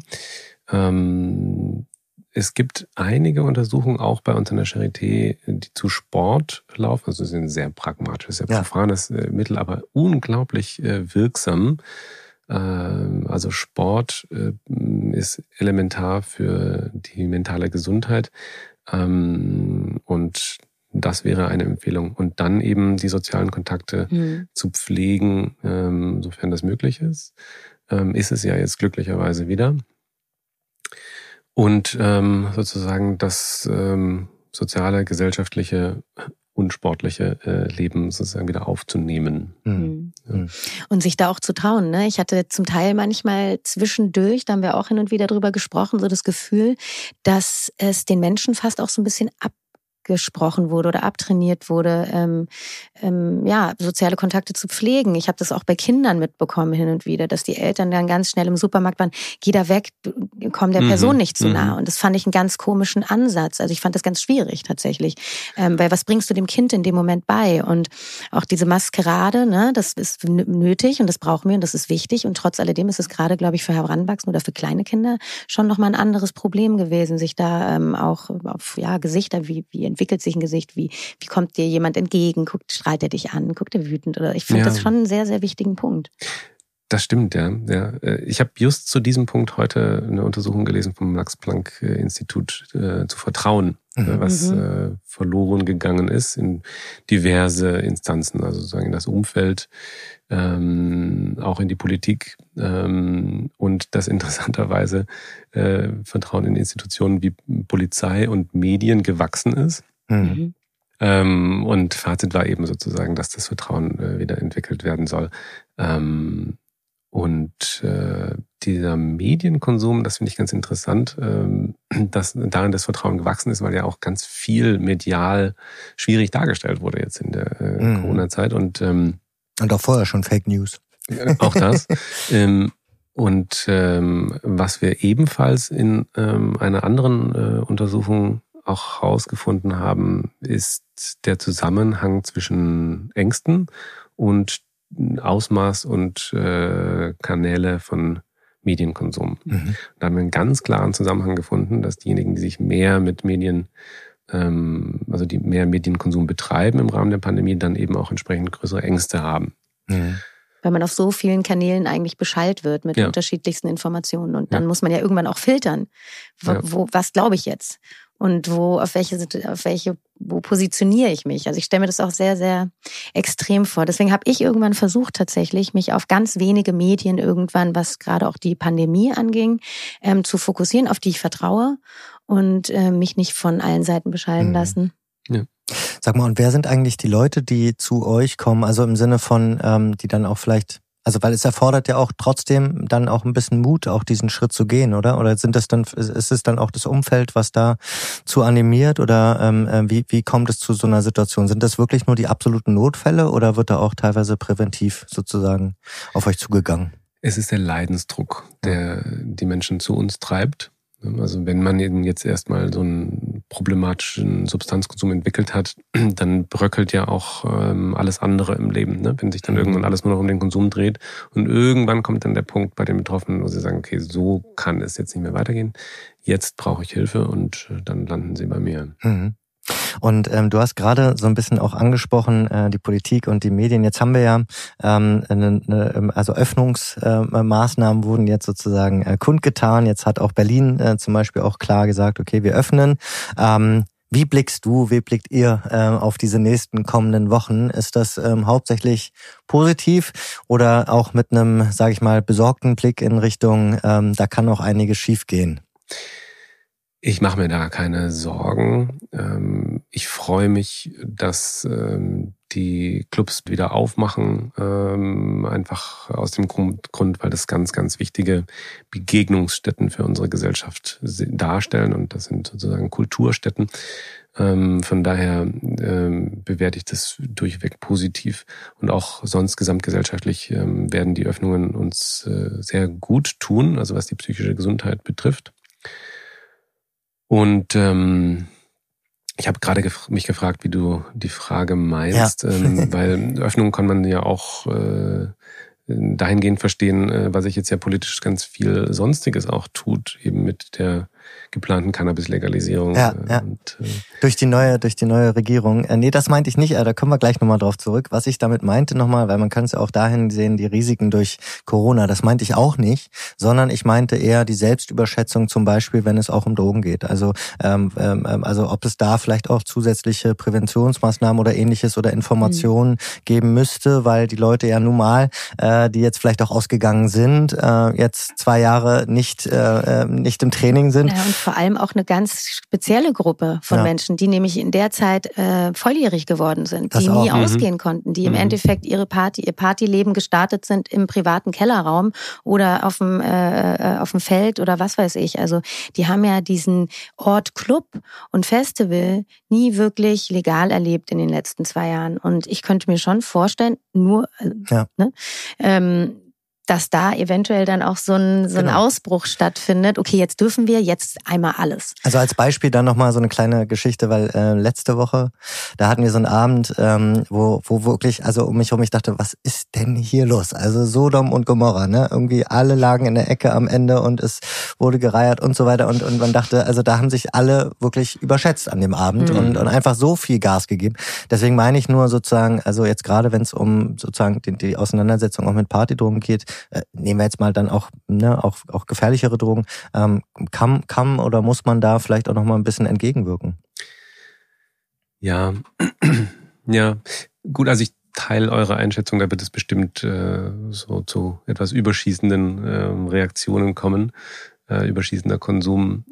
Es gibt einige Untersuchungen auch bei uns an der Charité, die zu Sport laufen. Also es ist ein sehr pragmatisches, sehr profanes Mittel, aber unglaublich wirksam. Also Sport ist elementar für die mentale Gesundheit. Und das wäre eine Empfehlung. Und dann eben die sozialen Kontakte zu pflegen, sofern das möglich ist. Ist es ja jetzt glücklicherweise wieder. Und sozusagen das soziale, gesellschaftliche und sportliche Leben sozusagen wieder aufzunehmen. Ja. Und sich da auch zu trauen. Ne? Ich hatte zum Teil manchmal zwischendurch, da haben wir auch hin und wieder drüber gesprochen, so das Gefühl, dass es den Menschen fast auch so ein bisschen abgesprochen wurde oder abtrainiert wurde, soziale Kontakte zu pflegen. Ich habe das auch bei Kindern mitbekommen hin und wieder, dass die Eltern dann ganz schnell im Supermarkt waren, geh da weg, komm der Person nicht zu nah. Und das fand ich einen ganz komischen Ansatz. Also ich fand das ganz schwierig tatsächlich, weil was bringst du dem Kind in dem Moment bei? Und auch diese Maskerade, ne, das ist nötig und das brauchen wir und das ist wichtig. Und trotz alledem ist es gerade, glaube ich, für Heranwachsende oder für kleine Kinder schon nochmal ein anderes Problem gewesen, sich da auch auf Gesichter, wie entwickelt sich ein Gesicht, wie kommt dir jemand entgegen, strahlt er dich an, guckt er wütend oder ich finde das schon einen sehr, sehr wichtigen Punkt. Das stimmt, ja. Ich habe just zu diesem Punkt heute eine Untersuchung gelesen vom Max-Planck-Institut zu Vertrauen, was verloren gegangen ist in diverse Instanzen, also sozusagen in das Umfeld, auch in die Politik und das interessanterweise Vertrauen in Institutionen wie Polizei und Medien gewachsen ist. Und Fazit war eben sozusagen, dass das Vertrauen wieder entwickelt werden soll. Und dieser Medienkonsum, das finde ich ganz interessant, dass darin das Vertrauen gewachsen ist, weil ja auch ganz viel medial schwierig dargestellt wurde jetzt in der Corona-Zeit. Und auch vorher schon Fake News. Auch das. Was wir ebenfalls in einer anderen Untersuchung auch herausgefunden haben, ist der Zusammenhang zwischen Ängsten und Ausmaß und Kanäle von Medienkonsum. Da haben wir einen ganz klaren Zusammenhang gefunden, dass diejenigen, die sich mehr mit Medien, also die mehr Medienkonsum betreiben im Rahmen der Pandemie, dann eben auch entsprechend größere Ängste haben. Weil man auf so vielen Kanälen eigentlich beschallt wird mit unterschiedlichsten Informationen. Und dann muss man ja irgendwann auch filtern. Was glaube ich jetzt? Und wo positioniere ich mich? Also ich stelle mir das auch sehr, sehr extrem vor. Deswegen habe ich irgendwann versucht, tatsächlich mich auf ganz wenige Medien irgendwann, was gerade auch die Pandemie anging, zu fokussieren, auf die ich vertraue und mich nicht von allen Seiten beschallen lassen. Ja. Sag mal, und wer sind eigentlich die Leute, die zu euch kommen? Also im Sinne von, die dann auch vielleicht, also weil es erfordert ja auch trotzdem dann auch ein bisschen Mut, auch diesen Schritt zu gehen, oder? Oder ist es dann auch das Umfeld, was da zu animiert? Oder wie kommt es zu so einer Situation? Sind das wirklich nur die absoluten Notfälle oder wird da auch teilweise präventiv sozusagen auf euch zugegangen? Es ist der Leidensdruck, der die Menschen zu uns treibt. Also wenn man eben jetzt erstmal so einen problematischen Substanzkonsum entwickelt hat, dann bröckelt ja auch alles andere im Leben, ne? Wenn sich dann irgendwann alles nur noch um den Konsum dreht. Und irgendwann kommt dann der Punkt bei den Betroffenen, wo sie sagen, okay, so kann es jetzt nicht mehr weitergehen. Jetzt brauche ich Hilfe und dann landen sie bei mir. Und du hast gerade so ein bisschen auch angesprochen, die Politik und die Medien. Jetzt haben wir ja, also Öffnungsmaßnahmen wurden jetzt sozusagen kundgetan. Jetzt hat auch Berlin zum Beispiel auch klar gesagt, okay, wir öffnen. Wie blickt ihr auf diese nächsten kommenden Wochen? Ist das hauptsächlich positiv oder auch mit einem, sage ich mal, besorgten Blick in Richtung, da kann auch einiges schiefgehen? Ich mache mir da keine Sorgen. Ich freue mich, dass die Clubs wieder aufmachen, einfach aus dem Grund, weil das ganz, ganz wichtige Begegnungsstätten für unsere Gesellschaft darstellen und das sind sozusagen Kulturstätten. Von daher bewerte ich das durchweg positiv und auch sonst gesamtgesellschaftlich werden die Öffnungen uns sehr gut tun, also was die psychische Gesundheit betrifft. Und ich habe gerade mich gefragt, wie du die Frage meinst, weil Öffnung kann man ja auch dahingehend verstehen, was sich jetzt ja politisch ganz viel Sonstiges auch tut, eben mit der geplanten Cannabis-Legalisierung. Und, durch die neue Regierung. Nee, das meinte ich nicht, da kommen wir gleich nochmal drauf zurück. Was ich damit meinte nochmal, weil man kann es ja auch dahin sehen, die Risiken durch Corona, das meinte ich auch nicht, sondern ich meinte eher die Selbstüberschätzung zum Beispiel, wenn es auch um Drogen geht. Also ob es da vielleicht auch zusätzliche Präventionsmaßnahmen oder ähnliches oder Informationen geben müsste, weil die Leute ja nun mal, die jetzt vielleicht auch ausgegangen sind, jetzt 2 Jahre nicht im Training sind. Ja, und vor allem auch eine ganz spezielle Gruppe von Menschen, die nämlich in der Zeit volljährig geworden sind, die nie ausgehen konnten, die im Endeffekt ihr Partyleben gestartet sind im privaten Kellerraum oder auf dem Feld oder was weiß ich. Also die haben ja diesen Ort Club und Festival nie wirklich legal erlebt in den letzten 2 Jahren. Und ich könnte mir schon vorstellen, dass da eventuell dann auch so ein Ausbruch stattfindet. Okay, jetzt dürfen wir jetzt einmal alles. Also als Beispiel dann nochmal so eine kleine Geschichte, weil letzte Woche, da hatten wir so einen Abend, wo wirklich, also um mich herum, ich dachte, was ist denn hier los? Also Sodom und Gomorra, ne? Irgendwie alle lagen in der Ecke am Ende und es wurde gereiert und so weiter. Und man dachte, also da haben sich alle wirklich überschätzt an dem Abend und einfach so viel Gas gegeben. Deswegen meine ich nur sozusagen, also jetzt gerade, wenn es um sozusagen die Auseinandersetzung auch mit Partydrogen geht, nehmen wir jetzt mal dann auch auch gefährlichere Drogen, kann oder muss man da vielleicht auch noch mal ein bisschen entgegenwirken? Ja, gut, also ich teile eure Einschätzung, da wird es bestimmt so zu etwas überschießenden Reaktionen kommen, überschießender Konsum.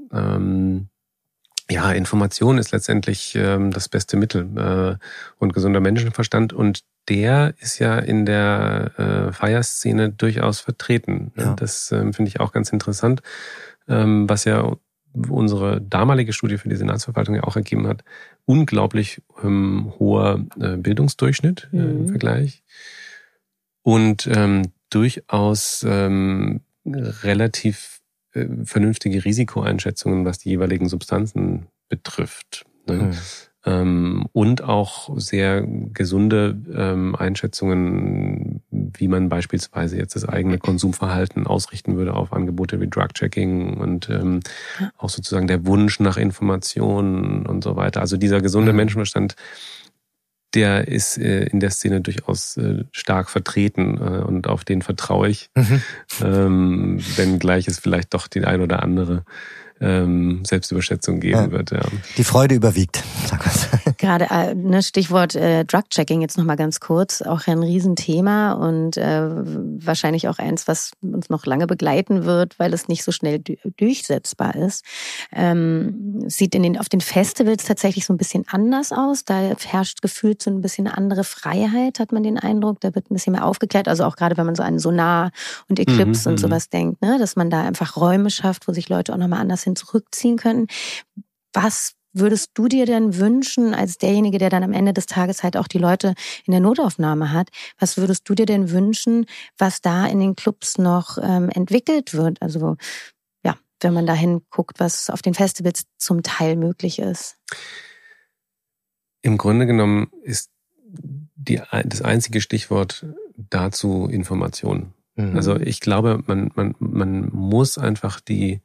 Information ist letztendlich das beste Mittel und gesunder Menschenverstand und der ist ja in der Feierszene durchaus vertreten. Ja. Das finde ich auch ganz interessant, was ja unsere damalige Studie für die Senatsverwaltung ja auch ergeben hat. Unglaublich hoher Bildungsdurchschnitt im Vergleich und durchaus relativ vernünftige Risikoeinschätzungen, was die jeweiligen Substanzen betrifft. Ne? Und auch sehr gesunde Einschätzungen, wie man beispielsweise jetzt das eigene Konsumverhalten ausrichten würde auf Angebote wie Drug-Checking und auch sozusagen der Wunsch nach Informationen und so weiter. Also dieser gesunde Menschenverstand, der ist in der Szene durchaus stark vertreten und auf den vertraue ich, wenngleich es vielleicht doch die ein oder andere Selbstüberschätzung geben wird. Ja. Die Freude überwiegt. Gerade Stichwort Drug-Checking jetzt nochmal ganz kurz, auch ein Riesenthema und wahrscheinlich auch eins, was uns noch lange begleiten wird, weil es nicht so schnell durchsetzbar ist. Sieht auf den Festivals tatsächlich so ein bisschen anders aus. Da herrscht gefühlt so ein bisschen eine andere Freiheit, hat man den Eindruck. Da wird ein bisschen mehr aufgeklärt. Also auch gerade, wenn man so an Sonar und Eclipse und sowas denkt, ne? Dass man da einfach Räume schafft, wo sich Leute auch nochmal anders hin zurückziehen können. Was würdest du dir denn wünschen, als derjenige, der dann am Ende des Tages halt auch die Leute in der Notaufnahme hat, was würdest du dir denn wünschen, was da in den Clubs noch entwickelt wird? Also ja, wenn man da hinguckt, was auf den Festivals zum Teil möglich ist. Im Grunde genommen ist das einzige Stichwort dazu Information. Also ich glaube, man muss einfach die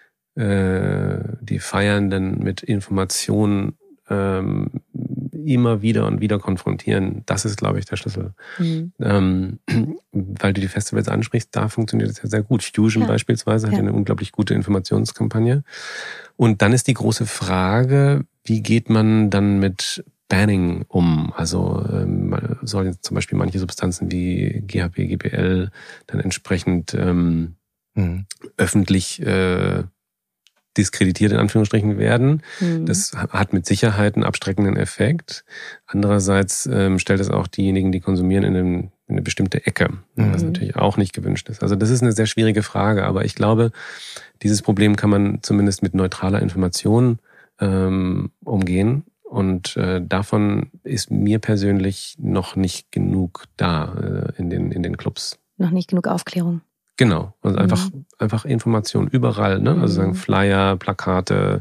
Feiernden mit Informationen immer wieder und wieder konfrontieren. Das ist, glaube ich, der Schlüssel. Weil du die Festivals ansprichst, da funktioniert es ja sehr gut. Fusion beispielsweise hat eine unglaublich gute Informationskampagne. Und dann ist die große Frage, wie geht man dann mit Banning um? Also sollen jetzt zum Beispiel manche Substanzen wie GHB, GPL dann entsprechend öffentlich diskreditiert in Anführungsstrichen werden. Das hat mit Sicherheit einen abstreckenden Effekt. Andererseits stellt es auch diejenigen, die konsumieren, in eine bestimmte Ecke, was natürlich auch nicht gewünscht ist. Also das ist eine sehr schwierige Frage, aber ich glaube, dieses Problem kann man zumindest mit neutraler Information umgehen. Und davon ist mir persönlich noch nicht genug da in den Clubs. Noch nicht genug Aufklärung. Genau, also einfach Informationen überall, ne? Also sagen Flyer, Plakate,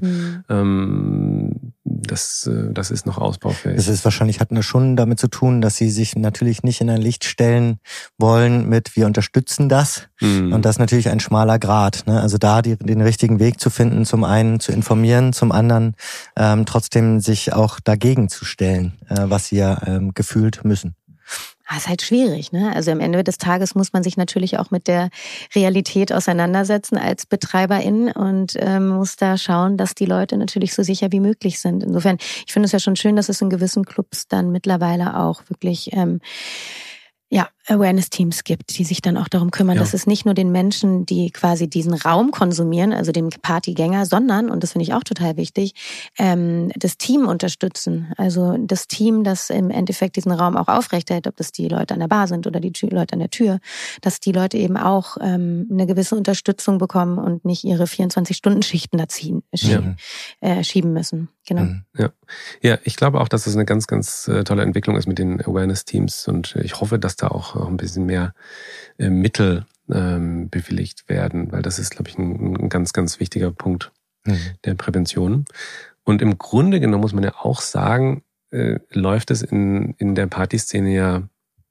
das ist noch ausbaufähig. Das ist wahrscheinlich, hat schon damit zu tun, dass sie sich natürlich nicht in ein Licht stellen wollen mit wir unterstützen das. Und das ist natürlich ein schmaler Grat, ne? Also da den richtigen Weg zu finden, zum einen zu informieren, zum anderen trotzdem sich auch dagegen zu stellen, was sie ja gefühlt müssen. Das ist halt schwierig, ne? Also am Ende des Tages muss man sich natürlich auch mit der Realität auseinandersetzen als Betreiberin und muss da schauen, dass die Leute natürlich so sicher wie möglich sind. Insofern, ich finde es ja schon schön, dass es in gewissen Clubs dann mittlerweile auch wirklich Awareness-Teams gibt, die sich dann auch darum kümmern, dass es nicht nur den Menschen, die quasi diesen Raum konsumieren, also dem Partygänger, sondern, und das finde ich auch total wichtig, das Team unterstützen. Also das Team, das im Endeffekt diesen Raum auch aufrechterhält, ob das die Leute an der Bar sind oder die Leute an der Tür, dass die Leute eben auch eine gewisse Unterstützung bekommen und nicht ihre 24-Stunden-Schichten da schieben müssen. Genau. Ja, ich glaube auch, dass das eine ganz, ganz tolle Entwicklung ist mit den Awareness-Teams und ich hoffe, dass da auch ein bisschen mehr Mittel bewilligt werden, weil das ist, glaube ich, ein ganz, ganz wichtiger Punkt der Prävention. Und im Grunde genommen muss man ja auch sagen, läuft es in der Partyszene ja,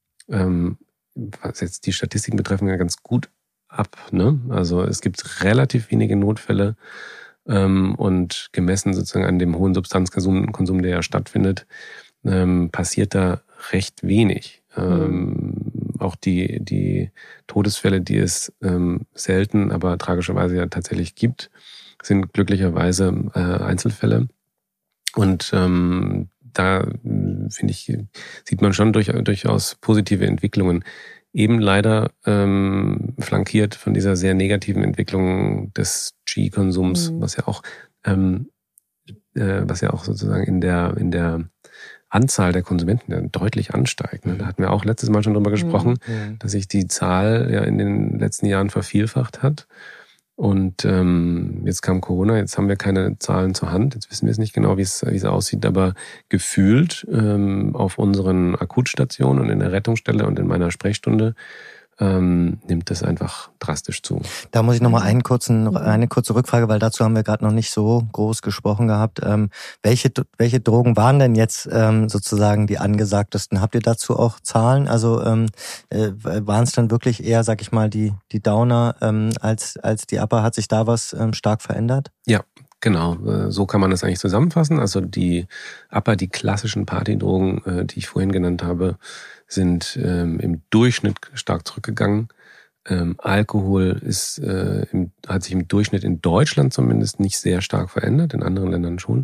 was jetzt die Statistiken betreffen, ja ganz gut ab, ne? Also es gibt relativ wenige Notfälle und gemessen sozusagen an dem hohen Substanzkonsum, der ja stattfindet, passiert da recht wenig. Auch die Todesfälle, die es selten, aber tragischerweise ja tatsächlich gibt, sind glücklicherweise Einzelfälle. Und da, finde ich, sieht man schon durchaus positive Entwicklungen. Eben leider flankiert von dieser sehr negativen Entwicklung des G-Konsums, was ja auch sozusagen in der Anzahl der Konsumenten ja deutlich ansteigt. Da hatten wir auch letztes Mal schon drüber gesprochen, dass sich die Zahl ja in den letzten Jahren vervielfacht hat. Und jetzt kam Corona, jetzt haben wir keine Zahlen zur Hand, jetzt wissen wir es nicht genau, wie es aussieht, aber gefühlt auf unseren Akutstationen und in der Rettungsstelle und in meiner Sprechstunde nimmt das einfach drastisch zu. Da muss ich nochmal eine kurze Rückfrage, weil dazu haben wir gerade noch nicht so groß gesprochen gehabt. Welche Drogen waren denn jetzt sozusagen die angesagtesten? Habt ihr dazu auch Zahlen? Also waren es dann wirklich eher, sag ich mal, die Downer als die Upper? Hat sich da was stark verändert? Ja, genau. So kann man das eigentlich zusammenfassen. Also die Upper, die klassischen Partydrogen, die ich vorhin genannt habe, sind im Durchschnitt stark zurückgegangen. Alkohol hat sich im Durchschnitt in Deutschland zumindest nicht sehr stark verändert, in anderen Ländern schon.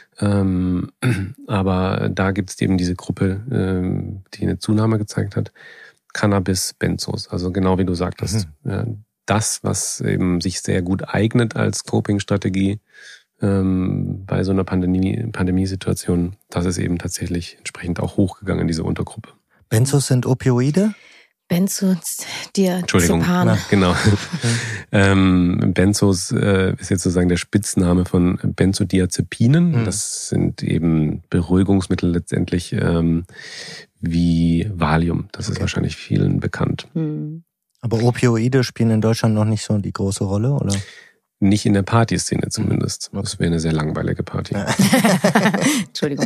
Aber da gibt es eben diese Gruppe, die eine Zunahme gezeigt hat. Cannabis, Benzos, also genau wie du sagtest. Das, was eben sich sehr gut eignet als Coping-Strategie bei so einer Pandemiesituation, das ist eben tatsächlich entsprechend auch hochgegangen, diese Untergruppe. Benzos sind Opioide? Benzodiazepine. Genau. Benzos ist jetzt sozusagen der Spitzname von Benzodiazepinen. Das sind eben Beruhigungsmittel letztendlich wie Valium. Das ist wahrscheinlich vielen bekannt. Aber Opioide spielen in Deutschland noch nicht so die große Rolle, oder? Nicht in der Partyszene zumindest. Das wäre eine sehr langweilige Party. Entschuldigung.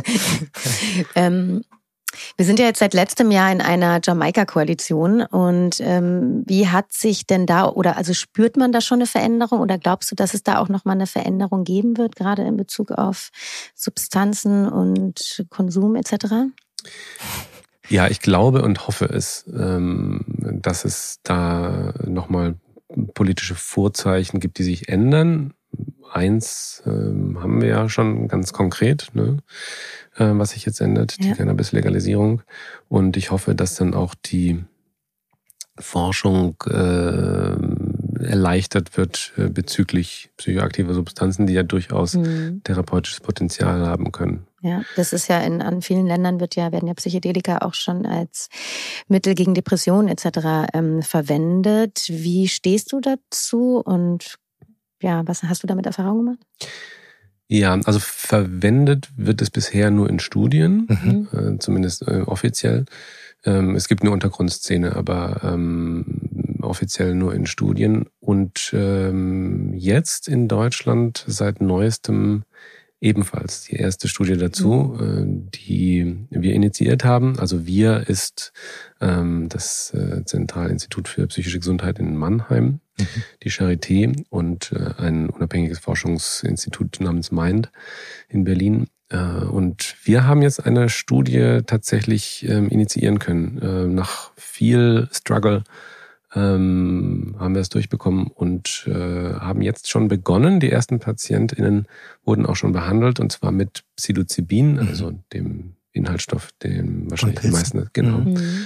Wir sind ja jetzt seit letztem Jahr in einer Jamaika-Koalition und wie hat sich denn also spürt man da schon eine Veränderung oder glaubst du, dass es da auch nochmal eine Veränderung geben wird, gerade in Bezug auf Substanzen und Konsum etc.? Ja, ich glaube und hoffe es, dass es da nochmal politische Vorzeichen gibt, die sich ändern. Eins haben wir ja schon ganz konkret, was sich jetzt ändert, die Cannabis-Legalisierung. Und ich hoffe, dass dann auch die Forschung erleichtert wird bezüglich psychoaktiver Substanzen, die ja durchaus therapeutisches Potenzial haben können. Ja, das ist ja an vielen Ländern werden ja Psychedelika auch schon als Mittel gegen Depressionen etc. Verwendet. Wie stehst du dazu und was hast du damit Erfahrung gemacht? Ja, also verwendet wird es bisher nur in Studien, zumindest offiziell. Es gibt eine Untergrundszene, aber offiziell nur in Studien. Und jetzt in Deutschland seit neuestem ebenfalls die erste Studie dazu, die wir initiiert haben. Also wir ist das Zentralinstitut für psychische Gesundheit in Mannheim, die Charité und ein unabhängiges Forschungsinstitut namens Mind in Berlin. Und wir haben jetzt eine Studie tatsächlich initiieren können. Nach viel Struggle haben wir es durchbekommen und haben jetzt schon begonnen. Die ersten PatientInnen wurden auch schon behandelt und zwar mit Psilocybin, also dem Inhaltsstoff, dem wahrscheinlich die meisten, genau,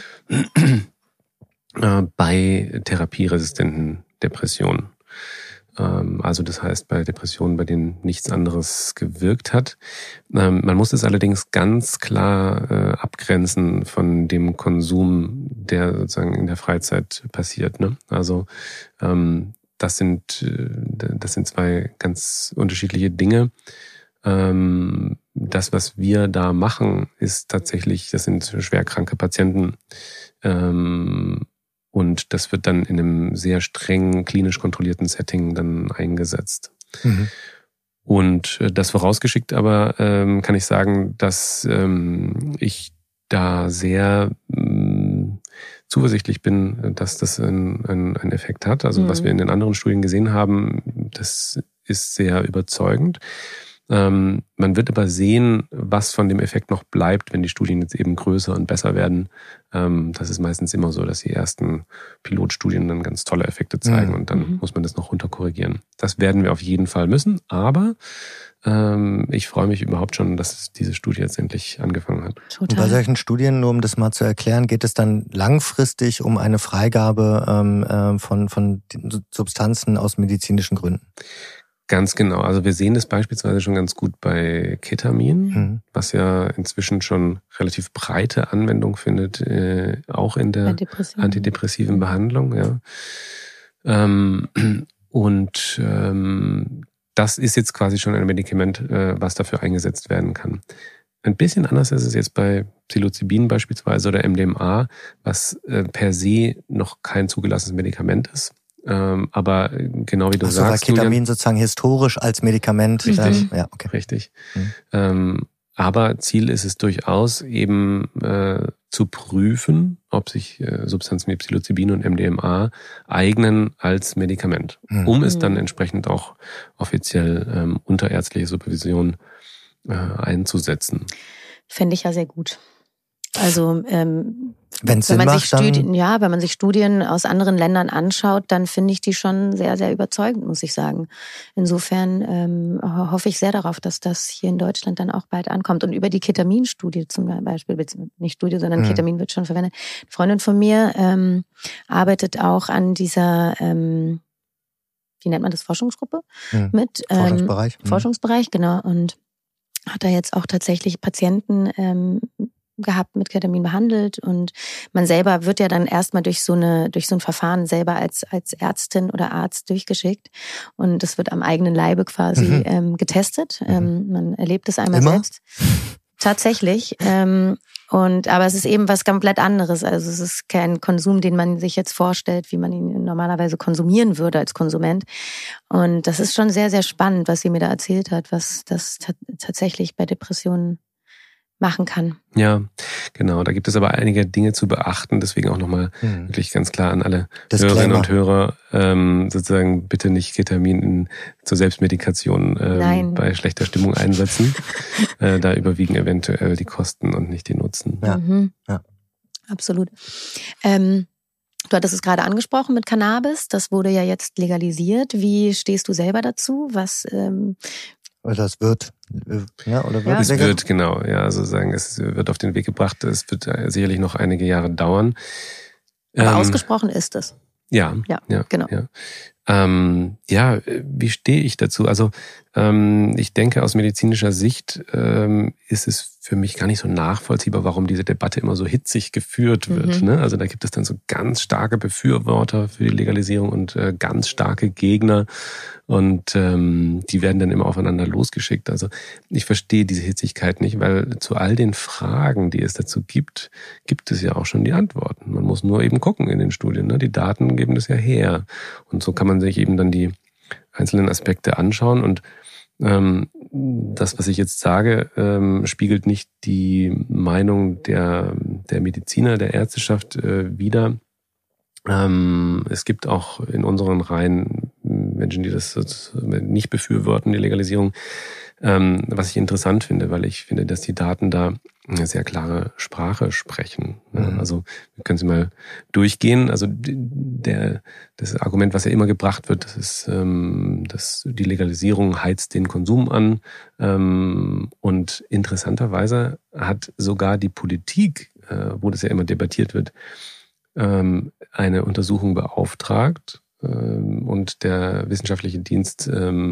bei therapieresistenten Depressionen. Also das heißt bei Depressionen, bei denen nichts anderes gewirkt hat. Man muss es allerdings ganz klar abgrenzen von dem Konsum, der sozusagen in der Freizeit passiert. Also das sind zwei ganz unterschiedliche Dinge. Das, was wir da machen, ist tatsächlich, das sind schwerkranke Patienten. Und das wird dann in einem sehr streng klinisch kontrollierten Setting dann eingesetzt. Und das vorausgeschickt aber kann ich sagen, dass ich da sehr zuversichtlich bin, dass das einen Effekt hat. Also was wir in den anderen Studien gesehen haben, das ist sehr überzeugend. Man wird aber sehen, was von dem Effekt noch bleibt, wenn die Studien jetzt eben größer und besser werden. Das ist meistens immer so, dass die ersten Pilotstudien dann ganz tolle Effekte zeigen und dann muss man das noch runterkorrigieren. Das werden wir auf jeden Fall müssen, aber ich freue mich überhaupt schon, dass diese Studie jetzt endlich angefangen hat. Und bei solchen Studien, nur um das mal zu erklären, geht es dann langfristig um eine Freigabe von Substanzen aus medizinischen Gründen? Ganz genau. Also wir sehen das beispielsweise schon ganz gut bei Ketamin, was ja inzwischen schon relativ breite Anwendung findet, auch in der antidepressiven Behandlung. Ja. Das ist jetzt quasi schon ein Medikament, was dafür eingesetzt werden kann. Ein bisschen anders ist es jetzt bei Psilocybin beispielsweise oder MDMA, was per se noch kein zugelassenes Medikament ist. Aber genau wie du sagst, weil Ketamin Julian, sozusagen historisch als Medikament. Ja, okay. Richtig. Aber Ziel ist es durchaus eben zu prüfen, ob sich Substanzen wie Psilocybin und MDMA eignen als Medikament, um es dann entsprechend auch offiziell unter ärztliche Supervision einzusetzen. Fände ich ja sehr gut. Also wenn man sich Studien aus anderen Ländern anschaut, dann finde ich die schon sehr, sehr überzeugend, muss ich sagen. Insofern hoffe ich sehr darauf, dass das hier in Deutschland dann auch bald ankommt. Und über die Ketamin-Studie zum Beispiel, nicht Studie, sondern Ketamin wird schon verwendet. Eine Freundin von mir arbeitet auch an dieser, wie nennt man das, Forschungsgruppe mit? Forschungsbereich, genau. Und hat da jetzt auch tatsächlich Patienten gehabt, mit Ketamin behandelt, und man selber wird ja dann erstmal durch so ein Verfahren selber als Ärztin oder Arzt durchgeschickt, und das wird am eigenen Leibe quasi getestet. Man erlebt es einmal selbst. Tatsächlich. Aber es ist eben was komplett anderes. Also es ist kein Konsum, den man sich jetzt vorstellt, wie man ihn normalerweise konsumieren würde als Konsument. Und das ist schon sehr, sehr spannend, was sie mir da erzählt hat, was das tatsächlich bei Depressionen machen kann. Ja, genau. Da gibt es aber einige Dinge zu beachten. Deswegen auch nochmal wirklich ganz klar an alle Hörerinnen und Hörer, sozusagen bitte nicht Ketamin zur Selbstmedikation bei schlechter Stimmung einsetzen. Da überwiegen eventuell die Kosten und nicht die Nutzen. Ja, ja. Absolut. Du hattest es gerade angesprochen mit Cannabis. Das wurde ja jetzt legalisiert. Wie stehst du selber dazu? Oder das wird, es wird, genau, ja, sozusagen, es wird auf den Weg gebracht. Es wird sicherlich noch einige Jahre dauern. Aber ausgesprochen ist es. Ja, genau. Ja, wie stehe ich dazu? Also ich denke, aus medizinischer Sicht ist es für mich gar nicht so nachvollziehbar, warum diese Debatte immer so hitzig geführt wird. Ne? Also da gibt es dann so ganz starke Befürworter für die Legalisierung und ganz starke Gegner, und die werden dann immer aufeinander losgeschickt. Also ich verstehe diese Hitzigkeit nicht, weil zu all den Fragen, die es dazu gibt, gibt es ja auch schon die Antworten. Man muss nur eben gucken in den Studien. Ne? Die Daten geben das ja her. Und so kann man sich eben dann die einzelnen Aspekte anschauen, und das, was ich jetzt sage, spiegelt nicht die Meinung der Mediziner, der Ärzteschaft wider. Es gibt auch in unseren Reihen Menschen, die das nicht befürworten, die Legalisierung, was ich interessant finde, weil ich finde, dass die Daten da eine sehr klare Sprache sprechen. Also wir können sie mal durchgehen. Also das Argument, was ja immer gebracht wird, das ist, dass die Legalisierung heizt den Konsum an. Und interessanterweise hat sogar die Politik, wo das ja immer debattiert wird, eine Untersuchung beauftragt, und der wissenschaftliche Dienst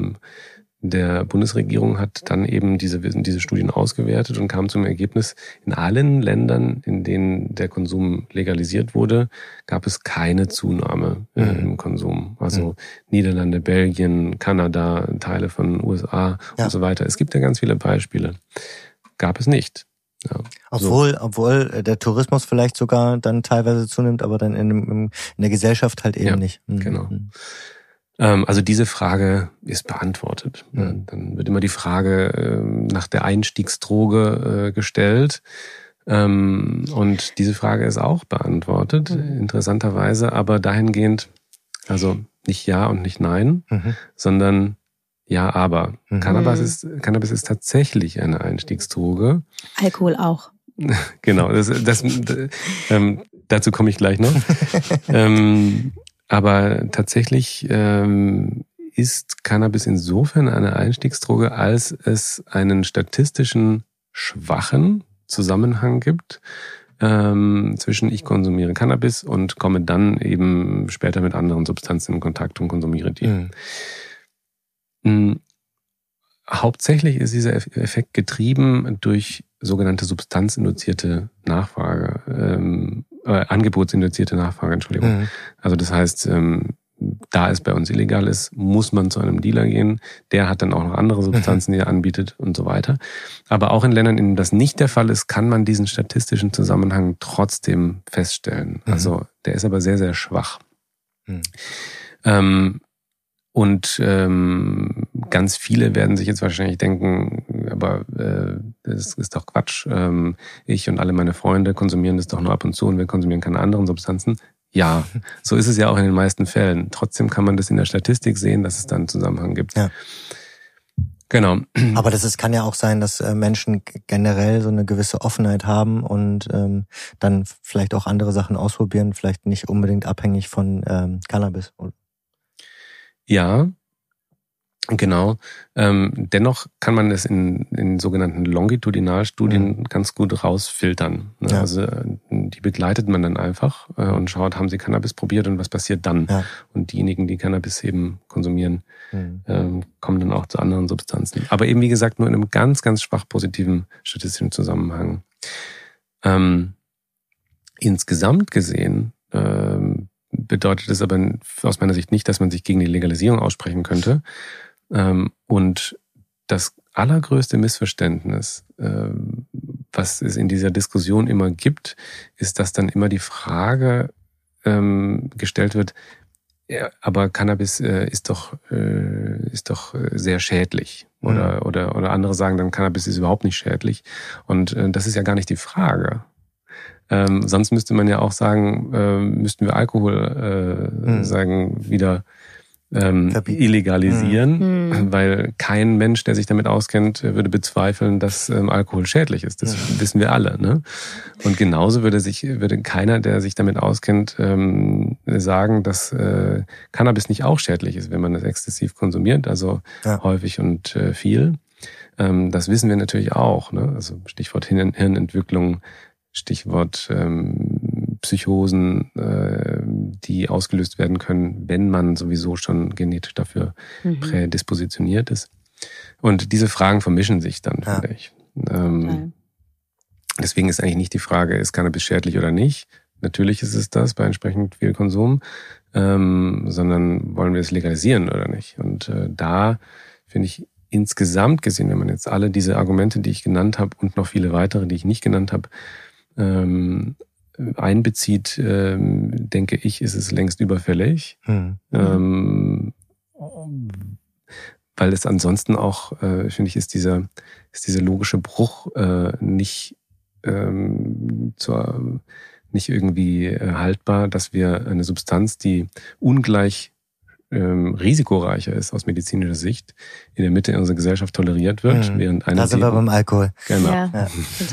der Bundesregierung hat dann eben diese Studien ausgewertet und kam zum Ergebnis, in allen Ländern, in denen der Konsum legalisiert wurde, gab es keine Zunahme im Konsum. Also Niederlande, Belgien, Kanada, Teile von USA und so weiter. Es gibt ja ganz viele Beispiele. Gab es nicht. Ja, obwohl der Tourismus vielleicht sogar dann teilweise zunimmt, aber dann in der Gesellschaft halt eben nicht. Genau. Also diese Frage ist beantwortet. Dann wird immer die Frage nach der Einstiegsdroge gestellt. Und diese Frage ist auch beantwortet, interessanterweise, aber dahingehend, also nicht ja und nicht nein, sondern ja, aber. Cannabis ist tatsächlich eine Einstiegsdroge. Alkohol auch. Genau, dazu komme ich gleich noch. Aber tatsächlich ist Cannabis insofern eine Einstiegsdroge, als es einen statistischen schwachen Zusammenhang gibt zwischen ich konsumiere Cannabis und komme dann eben später mit anderen Substanzen in Kontakt und konsumiere die. Hauptsächlich ist dieser Effekt getrieben durch sogenannte substanzinduzierte Nachfrage, angebotsinduzierte Nachfrage, Entschuldigung. Also das heißt, da es bei uns illegal ist, muss man zu einem Dealer gehen. Der hat dann auch noch andere Substanzen, die er anbietet und so weiter. Aber auch in Ländern, in denen das nicht der Fall ist, kann man diesen statistischen Zusammenhang trotzdem feststellen. Also der ist aber sehr, sehr schwach. Und ganz viele werden sich jetzt wahrscheinlich denken, aber das ist doch Quatsch. Ich und alle meine Freunde konsumieren das doch nur ab und zu und wir konsumieren keine anderen Substanzen. Ja, so ist es ja auch in den meisten Fällen. Trotzdem kann man das in der Statistik sehen, dass es da einen Zusammenhang gibt. Ja. Genau. Aber kann ja auch sein, dass Menschen generell so eine gewisse Offenheit haben und dann vielleicht auch andere Sachen ausprobieren, vielleicht nicht unbedingt abhängig von Cannabis. Ja, genau. Dennoch kann man das in sogenannten Longitudinalstudien ganz gut rausfiltern. Ne? Ja. Also die begleitet man dann einfach und schaut, haben sie Cannabis probiert und was passiert dann? Ja. Und diejenigen, die Cannabis eben konsumieren, kommen dann auch zu anderen Substanzen. Aber eben, wie gesagt, nur in einem ganz, ganz schwach positiven statistischen Zusammenhang. Insgesamt gesehen bedeutet es aber aus meiner Sicht nicht, dass man sich gegen die Legalisierung aussprechen könnte. Und das allergrößte Missverständnis, was es in dieser Diskussion immer gibt, ist, dass dann immer die Frage gestellt wird, ja, aber Cannabis ist doch sehr schädlich. Oder andere sagen dann, Cannabis ist überhaupt nicht schädlich. Und das ist ja gar nicht die Frage. Sonst müsste man ja auch sagen, müssten wir Alkohol wieder illegalisieren, weil kein Mensch, der sich damit auskennt, würde bezweifeln, dass Alkohol schädlich ist. Das wissen wir alle. Ne? Und genauso würde keiner, der sich damit auskennt, sagen, dass Cannabis nicht auch schädlich ist, wenn man das exzessiv konsumiert, also häufig und viel. Das wissen wir natürlich auch. Ne? Also Stichwort Hirnentwicklung, Stichwort Psychosen, die ausgelöst werden können, wenn man sowieso schon genetisch dafür prädispositioniert ist. Und diese Fragen vermischen sich dann, finde ich. Deswegen ist eigentlich nicht die Frage, ist Cannabis schädlich oder nicht? Natürlich ist es das bei entsprechend viel Konsum, sondern wollen wir es legalisieren oder nicht? Und da finde ich insgesamt gesehen, wenn man jetzt alle diese Argumente, die ich genannt habe und noch viele weitere, die ich nicht genannt habe, einbezieht, denke ich, ist es längst überfällig. Weil es ansonsten auch, finde ich, ist dieser logische Bruch nicht irgendwie haltbar, dass wir eine Substanz, die ungleich risikoreicher ist aus medizinischer Sicht, in der Mitte unserer Gesellschaft toleriert wird, während eine... Da sind wir beim Alkohol. Genau. Ja.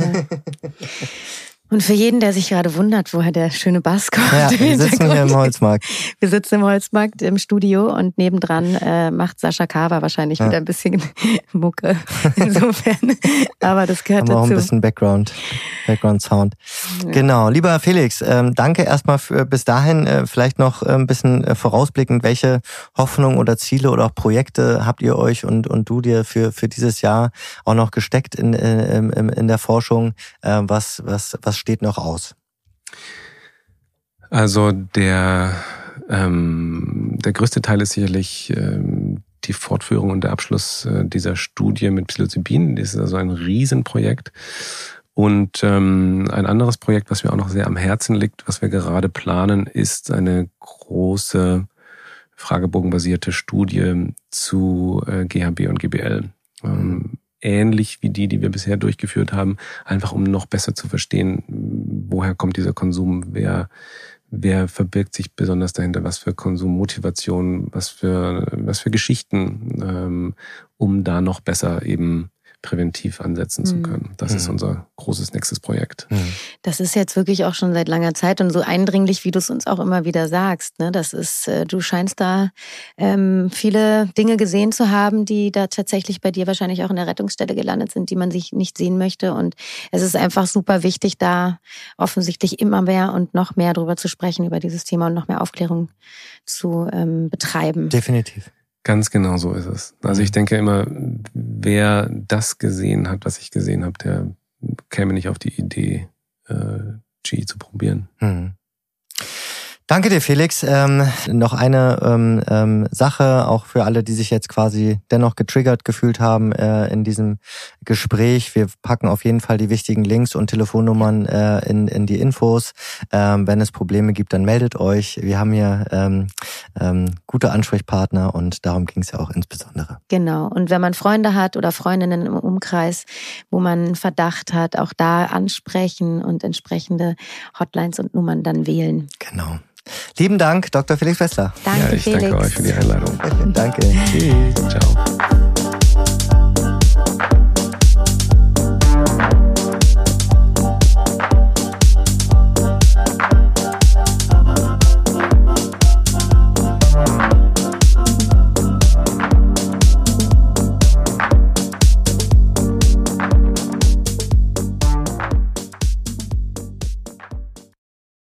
Und für jeden, der sich gerade wundert, woher der schöne Bass kommt. Ja, wir sitzen hier im Holzmarkt. Wir sitzen im Holzmarkt im Studio und nebendran macht Sascha Kawa wahrscheinlich wieder ein bisschen Mucke. Insofern. Aber das gehört dazu. Auch ein bisschen Background Sound. Ja. Genau. Lieber Felix, danke erstmal bis dahin. Vielleicht noch ein bisschen vorausblickend, welche Hoffnungen oder Ziele oder auch Projekte habt ihr euch und du dir für dieses Jahr auch noch gesteckt in der Forschung? Was steht noch aus? Also der größte Teil ist sicherlich die Fortführung und der Abschluss dieser Studie mit Psilocybin. Das ist also ein Riesenprojekt. Und ein anderes Projekt, was mir auch noch sehr am Herzen liegt, was wir gerade planen, ist eine große fragebogenbasierte Studie zu GHB und GBL. Ähnlich wie die wir bisher durchgeführt haben, einfach um noch besser zu verstehen, woher kommt dieser Konsum, wer verbirgt sich besonders dahinter, was für Konsummotivation, was für Geschichten, um da noch besser eben präventiv ansetzen zu können. Das ist unser großes nächstes Projekt. Das ist jetzt wirklich auch schon seit langer Zeit und so eindringlich, wie du es uns auch immer wieder sagst. Ne? Das ist, du scheinst da viele Dinge gesehen zu haben, die da tatsächlich bei dir wahrscheinlich auch in der Rettungsstelle gelandet sind, die man sich nicht sehen möchte. Und es ist einfach super wichtig, da offensichtlich immer mehr und noch mehr drüber zu sprechen, über dieses Thema und noch mehr Aufklärung zu betreiben. Definitiv. Ganz genau so ist es. Also ich denke immer, wer das gesehen hat, was ich gesehen habe, der käme nicht auf die Idee, Qi zu probieren. Danke dir, Felix. Noch eine Sache, auch für alle, die sich jetzt quasi dennoch getriggert gefühlt haben in diesem Gespräch. Wir packen auf jeden Fall die wichtigen Links und Telefonnummern in die Infos. Wenn es Probleme gibt, dann meldet euch. Wir haben hier gute Ansprechpartner und darum ging es ja auch insbesondere. Genau. Und wenn man Freunde hat oder Freundinnen im Umkreis, wo man einen Verdacht hat, auch da ansprechen und entsprechende Hotlines und Nummern dann wählen. Genau. Lieben Dank, Dr. Felix Wessler. Danke, ja, ich Felix. danke euch für die Einladung. Danke. Tschüss. Ciao.